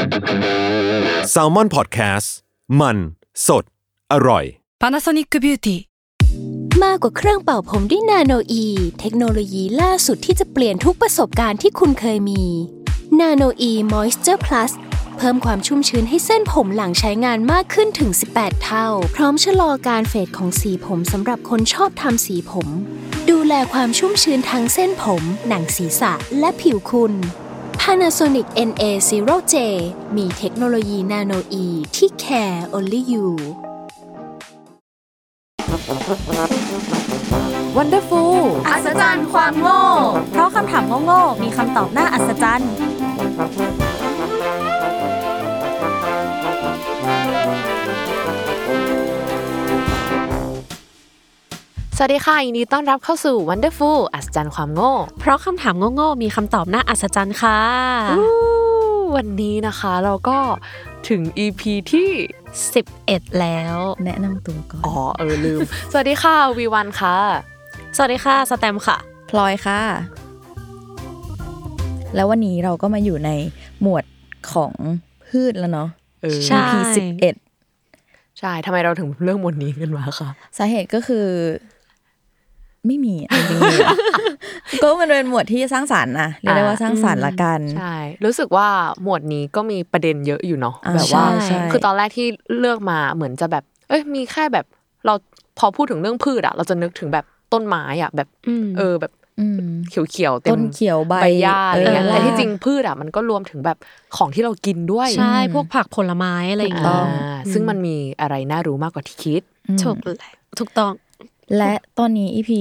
Salmon Podcast มันสดอร่อย Panasonic Beauty มากกว่าเครื่องเป่าผมด้วยนาโนอีเทคโนโลยีล่าสุดที่จะเปลี่ยนทุกประสบการณ์ที่คุณเคยมีนาโนอีมอยส์เจอร์พลัสเพิ่มความชุ่มชื้นให้เส้นผมหลังใช้งานมากขึ้นถึง18เท่าพร้อมชะลอการเฟดของสีผมสำหรับคนชอบทำสีผมดูแลความชุ่มชื้นทั้งเส้นผมหนังศีรษะและผิวคุณ Panasonic NA0J มีเทคโนโลยีนาโนอีที่ care only you Wonderful อัศจรรย์ความโง่เพราะคำถามโง่ๆมีคำตอบน่าอัศจรรย์สวัสดีค่ะยินดีต้อนรับเข้าสู่ Wonderful อัศจรรย์ความโง่เพราะคำถามโง่ๆมีคำตอบน่าอัศจรรย์ค่ะวันนี้นะคะเราก็ถึง EP ที่ 11แล้วแนะนำตัวก่อนลืม สวัสดีค่ะวีวันค่ะสวัสดีค่ะสแตมค่ะพลอยค่ะแล้ววันนี้เราก็มาอยู่ในหมวดของพืชแล้วเนาะEP 11 ใช่ทำไมเราถึงเรื่องหมวดนี้กันมาคะสาเหตุก็คือไม่มีจริงๆก็มันเป็นหมวดที่สร้างสรรค์นะเรียกได้ว่าสร้างสรรค์ละกันใช่รู้สึกว่าหมวดนี้ก็มีประเด็นเยอะอยู่เนาะแบบว่าคือตอนแรกที่เลือกมาเหมือนจะแบบมีแค่แบบเราพอพูดถึงเรื่องพืชอะเราจะนึกถึงแบบต้นไม้อะแบบแบบเขียวๆเต็มต้นเขียวใบหญ้าอะไรเงี้ยแต่ที่จริงพืชอะมันก็รวมถึงแบบของที่เรากินด้วยใช่พวกผักผลไม้อะไรอย่างเงี้ยซึ่งมันมีอะไรน่ารู้มากกว่าที่คิดถูกต้องและตอนนี้ EP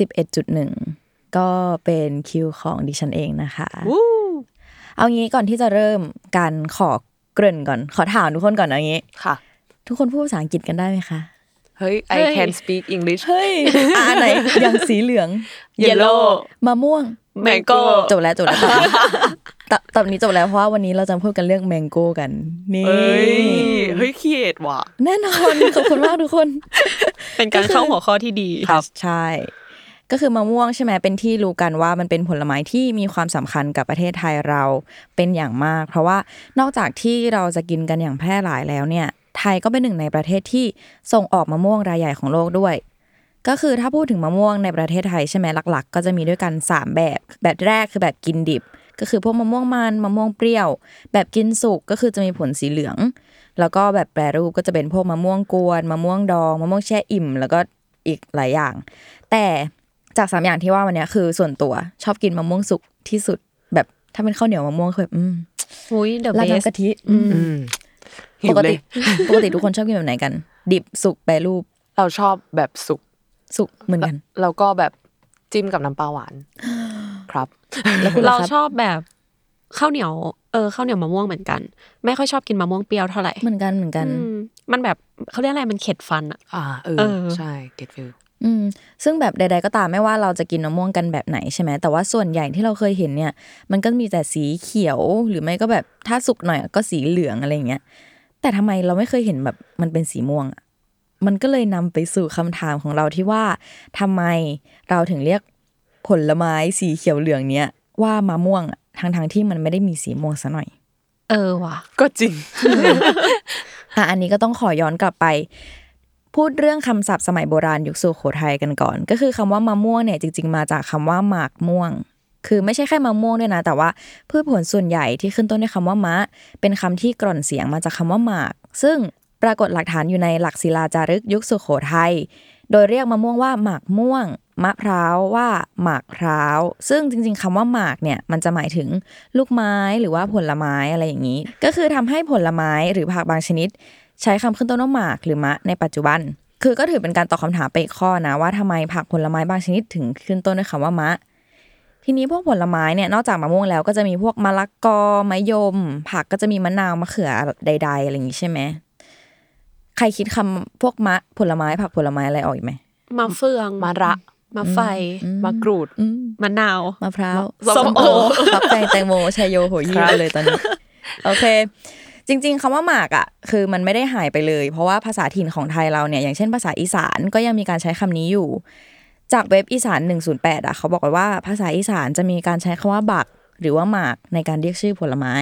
11.1 ก็เป็นคิวของดิฉันเองนะคะเอางี้ก่อนที่จะเริ่มการขอเกริ่นก่อนขอถามทุกคนก่อนเอางี้ค่ะทุกคนพูดภาษาอังกฤษกันได้ไหมคะเฮ้ย I can speak English เฮ้ยไหนอย่างสีเหลือง Yellow มะม่วง Mango จบแล้วตอนนี้จบแล้วเพราะว่าวันนี้เราจะพูดกันเรื่อง Mango กันนี่เฮ้ยเครียดว่ะแน่นอนขอบคุณมากทุกคนเป็นการเข้าหัวข้อที่ดีครับใช่ก็คือมะม่วงใช่ไหมเป็นที่รู้กันว่ามันเป็นผลไม้ที่มีความสำคัญกับประเทศไทยเราเป็นอย่างมากเพราะว่านอกจากที่เราจะกินกันอย่างแพร่หลายแล้วเนี่ยไทยก็เป็นหนึ่งในประเทศที่ส่งออกมะม่วงรายใหญ่ของโลกด้วยก็คือถ้าพูดถึงมะม่วงในประเทศไทยใช่ไหมหลักๆก็จะมีด้วยกัน3แบบแรกคือแบบกินดิบก็คือพวกมะม่วงมันมะม่วงเปรี้ยวแบบกินสุกก็คือจะมีผลสีเหลืองแล้วก็แบบแปรรูปก็จะเป็นพวกมะม่วงกวนมะม่วงดองมะม่วงแช่อิ่มแล้วก็อีกหลายอย่างแต่จาก3อย่างที่ว่าวันนี้คือส่วนตัวชอบกินมะม่วงสุกที่สุดแบบถ้าเป็นข้าวเหนียวมะม่วงคืออุ้ยเดอะเบสราดน้ำกะทิปกติทุกคนชอบกินแบบไหนกันดิบสุกแปรรูปเราชอบแบบสุกเหมือนกันแล้วก็แบบจิ้มกับน้ำปลาหวานครับเราชอบแบบข้าวเหนียวข้าวเหนียวมะม่วงเหมือนกันไม่ค่อยชอบกินมะม่วงเปรี้ยวเท่าไหร่เหมือนกันมันแบบเขาเรียกอะไรมันเข็ดฟันอ่ะใช่เก็ทฟิลซึ่งแบบใดๆก็ตามไม่ว่าเราจะกินมะม่วงกันแบบไหนใช่ไหมแต่ว่าส่วนใหญ่ที่เราเคยเห็นเนี่ยมันก็มีแต่สีเขียวหรือไม่ก็แบบถ้าสุกหน่อยก็สีเหลืองอะไรอย่างเงี้ยแต่ทำไมเราไม่เคยเห็นแบบมันเป็นสีม่วงอ่ะมันก็เลยนำไปสู่คำถามของเราที่ว่าทำไมเราถึงเรียกผลไม้สีเขียวเหลืองเนี้ยว่ามะม่วงทั้งที่มันไม่ได้มีสีม่วงซะหน่อยว่ะก็จริงอันนี้ก็ต้องขอย้อนกลับไปพูดเรื่องคำศัพท์สมัยโบราณยุคสุโขทัยกันก่อนก็คือคำว่ามะม่วงเนี่ยจริงๆมาจากคำว่าหมากม่วงคือไม่ใช่แค่มะม่วงด้วยนะแต่ว่าพืชผลส่วนใหญ่ที่ขึ้นต้นด้วยคำว่ามะเป็นคำที่กร่อนเสียงมาจากคำว่าหมากซึ่งปรากฏหลักฐานอยู่ในหลักศิลาจารึกยุคสุโขทัยโดยเรียกมะม่วงว่าหมากม่วงมะพร้าวว่าหมากพร้าวซึ่งจริงๆคำว่าหมากเนี่ยมันจะหมายถึงลูกไม้หรือว่าผลไม้อะไรอย่างนี้ก็คือทำให้ผลไม้หรือผักบางชนิดใช้คำขึ้นต้นว่าหมากหรือมะในปัจจุบันคือก็ถือเป็นการตอบคำถามไปอีกข้อนะว่าทำไมผักผลไม้บางชนิดถึงขึ้นต้นด้วยคำว่ามะทีนี้พวกผลไม้เนี่ยนอกจากมะม่วงแล้วก็จะมีพวกมะละกอมะยมผักก็จะมีมะนาวมะเขือใดๆอะไรอย่างนี้ใช่ไหมใครคิดคำพวกมะผลไม้ผักผลไม้อะไรออกอีกไหมมะเฟืองมะระมะไฟมะกรูดมะนาวมะพร้าวส้มโอฟักแตงโมชายโยโหยี่เลยตอนนี้โอเคจริงๆคำว่าหมากคือมันไม่ได้หายไปเลยเพราะว่าภาษาถิ่นของไทยเราเนี่ยอย่างเช่นภาษาอีสานก็ยังมีการใช้คำนี้อยู่จากเว็บอีสาน108เขาบอกไว้ว่าภาษาอีสานจะมีการใช้คำว่าบักหรือว่าหมากในการเรียกชื่อผลไม้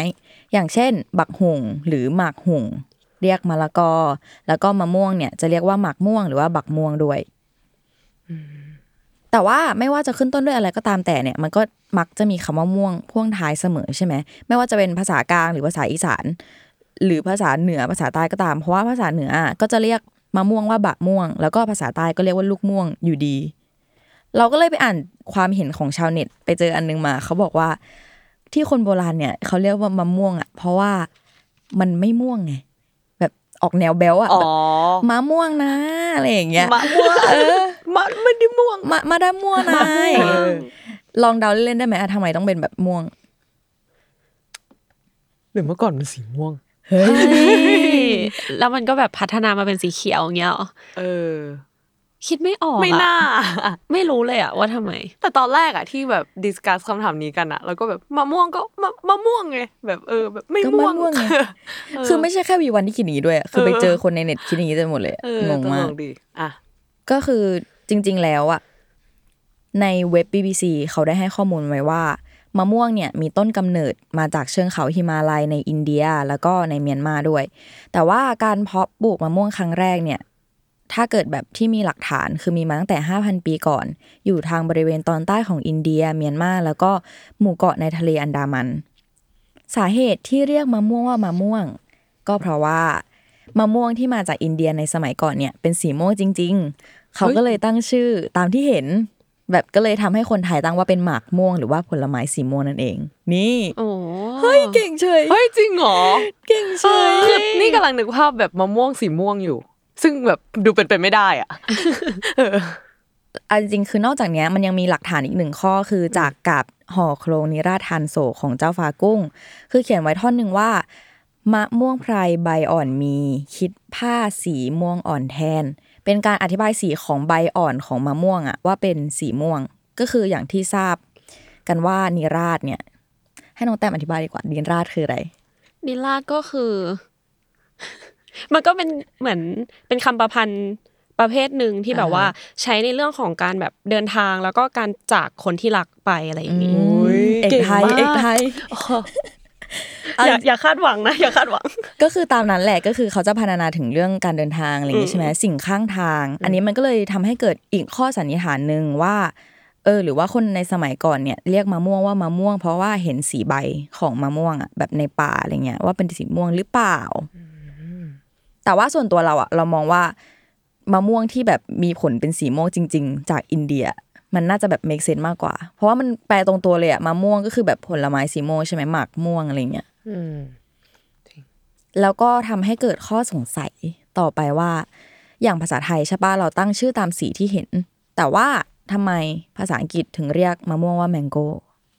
อย่างเช่นบักหุ่งหรือหมากหุ่งเรียกมะละกอแล้วก็มะม่วงเนี่ยจะเรียกว่าหมากม่วงหรือว่าบักม่วงด้วยแต่ว่าไม่ว่าจะขึ้นต้นด้วยอะไรก็ตามแต่เนี่ยมันก็มักจะมีคำว่าม่วงพ่วงท้ายเสมอใช่ไหมไม่ว่าจะเป็นภาษากลางหรือภาษาอีสานหรือภาษาเหนือภาษาใต้ก็ตามเพราะว่าภาษาเหนือก็จะเรียกมะม่วงว่าบะม่วงแล้วก็ภาษาใต้ก็เรียกว่าลูกม่วงอยู่ดีเราก็เลยไปอ่านความเห็นของชาวเน็ตไปเจออันนึงมาเขาบอกว่าที่คนโบราณเนี่ยเขาเรียกว่ามะม่วงอ่ะเพราะว่ามันไม่ม่วงไงแบบออกแนวแบ๊วอ่ะแบบมะม่วงนะอะไรอย่างเงี้ยมะม่วงมะไม่ได้ม่วงมาได้ม่วงนะลองเดาเล่นๆได้ไหมทำไมต้องเป็นแบบม่วงหรือเมื่อก่อนมันสีม่วงเฮ้ยแล้วมันก็แบบพัฒนามาเป็นสีเขียวอย่างเงี้ยคิดไม่ออกไม่น่าไม่รู้เลยอะว่าทำไมแต่ตอนแรกอะที่แบบดิสคัสคำถามนี้กันอะแล้วก็แบบมะม่วงก็มะม่วงไงแบบแบบไม่ม่วงไงคือไม่ใช่แค่วีวันที่คิดอย่างนี้ด้วยคือไปเจอคนในเน็ตคิดอย่างนี้เต็มหมดเลยงงมากก็คือจริงๆแล้วอะในเว็บ BBC เขาได้ให้ข้อมูลไว้ว่ามะม่วงเนี่ยมีต้นกำเนิดมาจากเชิงเขาหิมาลัยในอินเดียแล้วก็ในเมียนมาด้วยแต่ว่าการเพาะปลูกมะม่วงครั้งแรกเนี่ยถ้าเกิดแบบที่มีหลักฐานคือมีมาตั้งแต่ 5,000 ปีก่อนอยู่ทางบริเวณตอนใต้ของอินเดียเมียนมาแล้วก็หมู่เกาะในทะเลอันดามันสาเหตุที่เรียกมะม่วงว่ามะม่วงก็เพราะว่ามะม่วงที่มาจากอินเดียในสมัยก่อนเนี่ยเป็นสีม่วงจริงๆเขาก็เลยตั้งชื่อตามที่เห็นแบบก็เลยทำให้คนไทยตั้งว่าเป็นหมากม่วงหรือว่าผลไม้สีม่วงนั่นเองนี่เฮ้ยเก่งเฉยเฮ้ยจริงเหรอเก่งเฉยคือนี่กำลังนึกภาพแบบมะม่วงสีม่วงอยู่ซึ่งแบบดูเป็นไปไม่ได้อ่ะจริงๆคือนอกจากนี้มันยังมีหลักฐานอีกหนึ่งข้อคือจากกับห่อโครงนิราศทานโศกของเจ้าฟ้ากุ้งคือเขียนไว้ท่อนนึงว่ามะม่วงไพรใบอ่อนมีคิดผ้าสีม่วงอ่อนแทนเป็นการอธิบายสีของใบอ่อนของมะม่วงอ่ะว่าเป็นสีม่วงก็คืออย่างที่ทราบกันว่านิราศเนี่ยให้น้องแต้มอธิบายดีกว่านิราศคืออะไรนิราศก็คือมันก็เป็นเหมือนเป็นคำประพันธ์ประเภทหนึ่งที่แบบว่าใช้ในเรื่องของการแบบเดินทางแล้วก็การจากคนที่รักไปอะไรอย่างนี้เอกไทยอย่าคาดหวังนะอย่าคาดหวังก็คือตามนั้นแหละก็คือเขาจะพรรณนาถึงเรื่องการเดินทางอะไรอย่างนี้ใช่ไหมสิ่งข้างทางอันนี้มันก็เลยทำให้เกิดอีกข้อสันนิษฐานนึงว่าหรือว่าคนในสมัยก่อนเนี่ยเรียกมะม่วงว่ามะม่วงเพราะว่าเห็นสีใบของมะม่วงอ่ะแบบในป่าอะไรเงี้ยว่าเป็นสีม่วงหรือเปล่าแต่ว่าส่วนตัวเรามองว่ามะม่วงที่แบบมีผลเป็นสีม่วงจริงๆจากอินเดียมันน่าจะแบบ make sense มากกว่าเพราะว่ามันแปลตรงตัวเลยอะมะม่วงก็คือแบบผลไม้สีม่วงใช่ไหมหมากม่วงอะไรเงี้ยแล้วก็ทำให้เกิดข้อสงสัยต่อไปว่าอย่างภาษาไทยใช่ป่ะเราตั้งชื่อตามสีที่เห็นแต่ว่าทำไมภาษาอังกฤษถึงเรียกมะม่วงว่าแมงโก้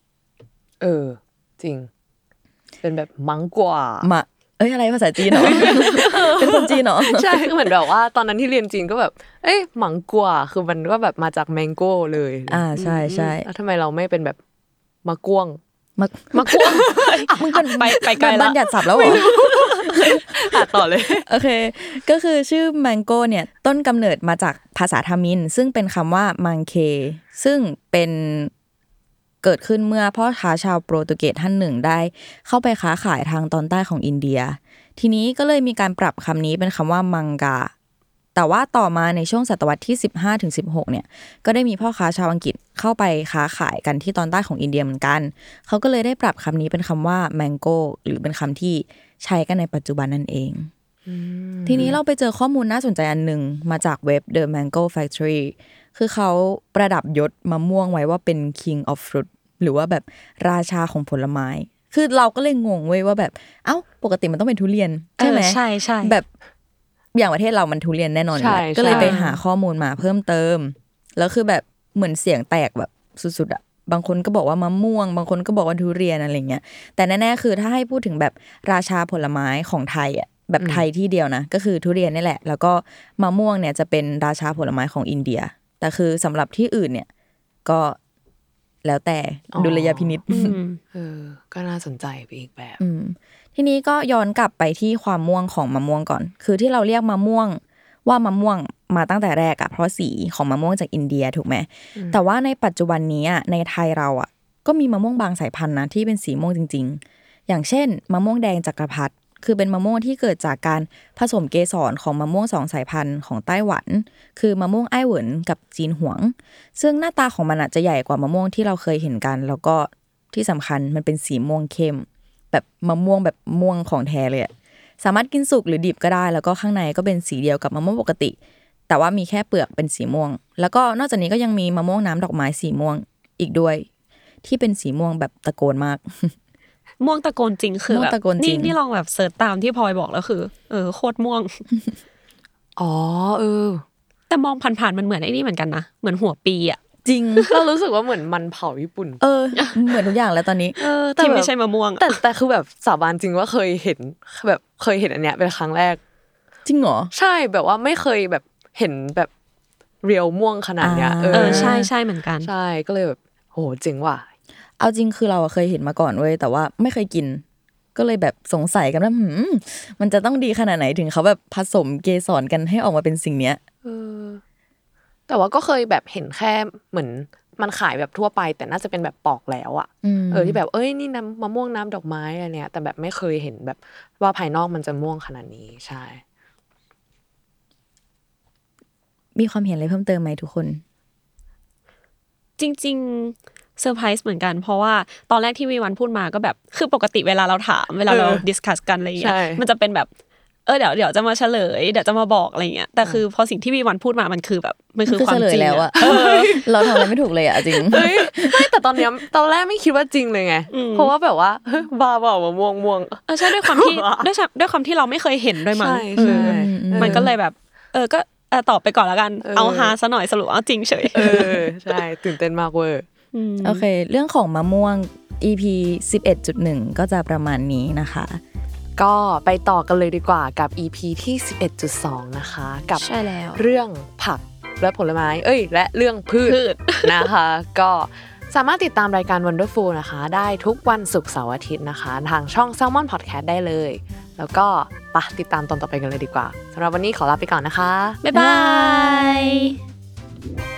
จริงเป็นแบบมังกว่าอะไรภาษาจีนเหรอ เป็นคนจีนเหรอใช่เหมือนแบบว่าตอนนั้นที่เรียนจีนก็แบบหมังกัวคือมันก็แบบมาจากแมงโก้เลยใช่แล้วทำไมเราไม่เป็นแบบมะก้วงมะก้วงมึงเป็นไปไกลแล้วบัญญัติศัพท์แล้วเหรอต่อเลยโอเคก็คือชื่อแมงโก้เนี่ยต้นกำเนิดมาจากภาษาทามิลซึ่งเป็นคำว่ามังเคซึ่งเป็นเกิดขึ้นเมื่อพ่อค้าชาวโปรตุเกสท่านหนึ่งได้เข้าไปค้าขายทางตอนใต้ของอินเดียทีนี้ก็เลยมีการปรับคำนี้เป็นคำว่ามังกาแต่ว่าต่อมาในช่วงศตวรรษที่15ถึง16เนี่ยก็ได้มีพ่อค้าชาวอังกฤษเข้าไปค้าขายกันที่ตอนใต้ของอินเดียเหมือนกันเขาก็เลยได้ปรับคำนี้เป็นคำว่าแมงโก้หรือเป็นคำที่ใช้กันในปัจจุบันนั่นเองทีนี้เราไปเจอข้อมูลน่าสนใจอันนึงมาจากเว็บ The Mango Factory คือเขาประดับยศมะม่วงไว้ว่าเป็น King of Fruit หรือว่าแบบราชาของผลไม้คือเราก็เลยงงเว้ยว่าแบบปกติมันต้องเป็นทุเรียนใช่ไหมใช่แบบอย่างประเทศเรามันทุเรียนแน่นอนอยู่แล้วก็เลยไปหาข้อมูลมาเพิ่มเติมแล้วคือแบบเหมือนเสียงแตกแบบสุดๆอ่ะบางคนก็บอกว่ามะม่วงบางคนก็บอกว่าทุเรียนอะไรเงี้ยแต่แน่ๆคือถ้าให้พูดถึงแบบราชาผลไม้ของไทยอ่ะแบบไทยที่เดียวนะก็คือทุเรียนนี่แหละแล้วก็มะม่วงเนี่ยจะเป็นราชาผลไม้ของอินเดียแต่คือสำหรับที่อื่นเนี่ยก็แล้วแต่ดุลยพินิจก็น่าสนใจไปอีกแบบทีนี้ก็ย้อนกลับไปที่ความม่วงของมะม่วงก่อนคือที่เราเรียกมะม่วงว่ามะม่วงมาตั้งแต่แรกอะเพราะสีของมะม่วงจากอินเดียถูกไหมแต่ว่าในปัจจุบันนี้ในไทยเราอะก็มีมะม่วงบางสายพันธุ์นะที่เป็นสีม่วงจริงอย่างเช่นมะม่วงแดงจักรพรรดิคือเป็นมะม่วงที่เกิดจากการผสมเกสรของมะม่วง2สายพันธุ์ของไต้หวันคือมะม่วงไอ้เหวินกับจีนหวงซึ่งหน้าตาของมันจะใหญ่กว่ามะม่วงที่เราเคยเห็นกันแล้วก็ที่สำคัญมันเป็นสีม่วงเข้มแบบมะม่วงแบบม่วงของแท้เลยสามารถกินสุกหรือดิบก็ได้แล้วก็ข้างในก็เป็นสีเดียวกับมะม่วงปกติแต่ว่ามีแค่เปลือกเป็นสีม่วงแล้วก็นอกจากนี้ก็ยังมีมะม่วงน้ำดอกไม้สีม่วงอีกด้วยที่เป็นสีม่วงแบบตะโกนมากม่วงตะโกนจริงคือแบบนี่ลองแบบเสิร์ชตามที่พลอยบอกแล้วคือโคตรม่วงอ๋อแต่มองผ่านๆมันเหมือนไอ้นี่เหมือนกันนะเหมือนหัวปีอ่ะจริงเรารู้สึกว่าเหมือนมันเผาญี่ปุ่นเหมือนทุกอย่างแล้วตอนนี้ที่ไม่ใช่มะม่วงแต่คือแบบสาบานจริงว่าเคยเห็นอันเนี้ยเป็นครั้งแรกจริงเหรอใช่แบบว่าไม่เคยแบบเห็นแบบเรียวม่วงขนาดเนี้ยใช่เหมือนกันใช่ก็เลยแบบโหเจ๋งว่ะเอาจริงคือเราเคยเห็นมาก่อนเว้ยแต่ว่าไม่เคยกินก็เลยแบบสงสัยกันว่ามันจะต้องดีขนาดไหนถึงเขาแบบผสมเกสรกันให้ออกมาเป็นสิ่งเนี้ยแต่ว่าก็เคยแบบเห็นแค่เหมือนมันขายแบบทั่วไปแต่น่าจะเป็นแบบปอกแล้วอ่ะที่แบบนี่น้ำมะม่วงน้ำดอกไม้อะไรเนี้ยแต่แบบไม่เคยเห็นแบบว่าภายนอกมันจะม่วงขนาดนี้ใช่มีความเห็นอะไรเพิ่มเติมไหมทุกคนจริงๆเซอร์ไพรส์เหมือนกันเพราะว่าตอนแรกที่วีวันพูดมาก็แบบคือปกติเวลาเราถามเวลาเราดิสคัสกันอะไรอย่างเงี้ยมันจะเป็นแบบเดี๋ยวจะมาเฉลยเดี๋ยวจะมาบอกอะไรเงี้ยแต่คือพอสิ่งที่วีวันพูดมามันคือแบบมันคือความจริงแล้วอะเราทำอะไรไม่ถูกเลยอะจริงไม่แต่ตอนแรกไม่คิดว่าจริงเลยไงเพราะว่าแบบว่าบ้าเปล่าม่วงใช่ด้วยความที่เราไม่เคยเห็นด้วยมั้งมันก็เลยแบบก็ตอบไปก่อนแล้วกันเอาฮาซะหน่อยสรุปเอาจริงเฉยใช่ตื่นเต้นมากเว้ยโอเคเรื่องของมะม่วง EP 11.1 ก็จะประมาณนี้นะคะก็ไปต่อกันเลยดีกว่ากับ EP ที่ 11.2 นะคะกับใช่แล้วเรื่องผักและผลไม้และเรื่องพืชนะคะก็สามารถติดตามรายการ Wonderful นะคะได้ทุกวันศุกร์เสาร์อาทิตย์นะคะทางช่อง Salmon Podcast ได้เลยแล้วก็ติดตามตอนต่อไปกันเลยดีกว่าสำหรับวันนี้ขอลาไปก่อนนะคะบ๊ายบาย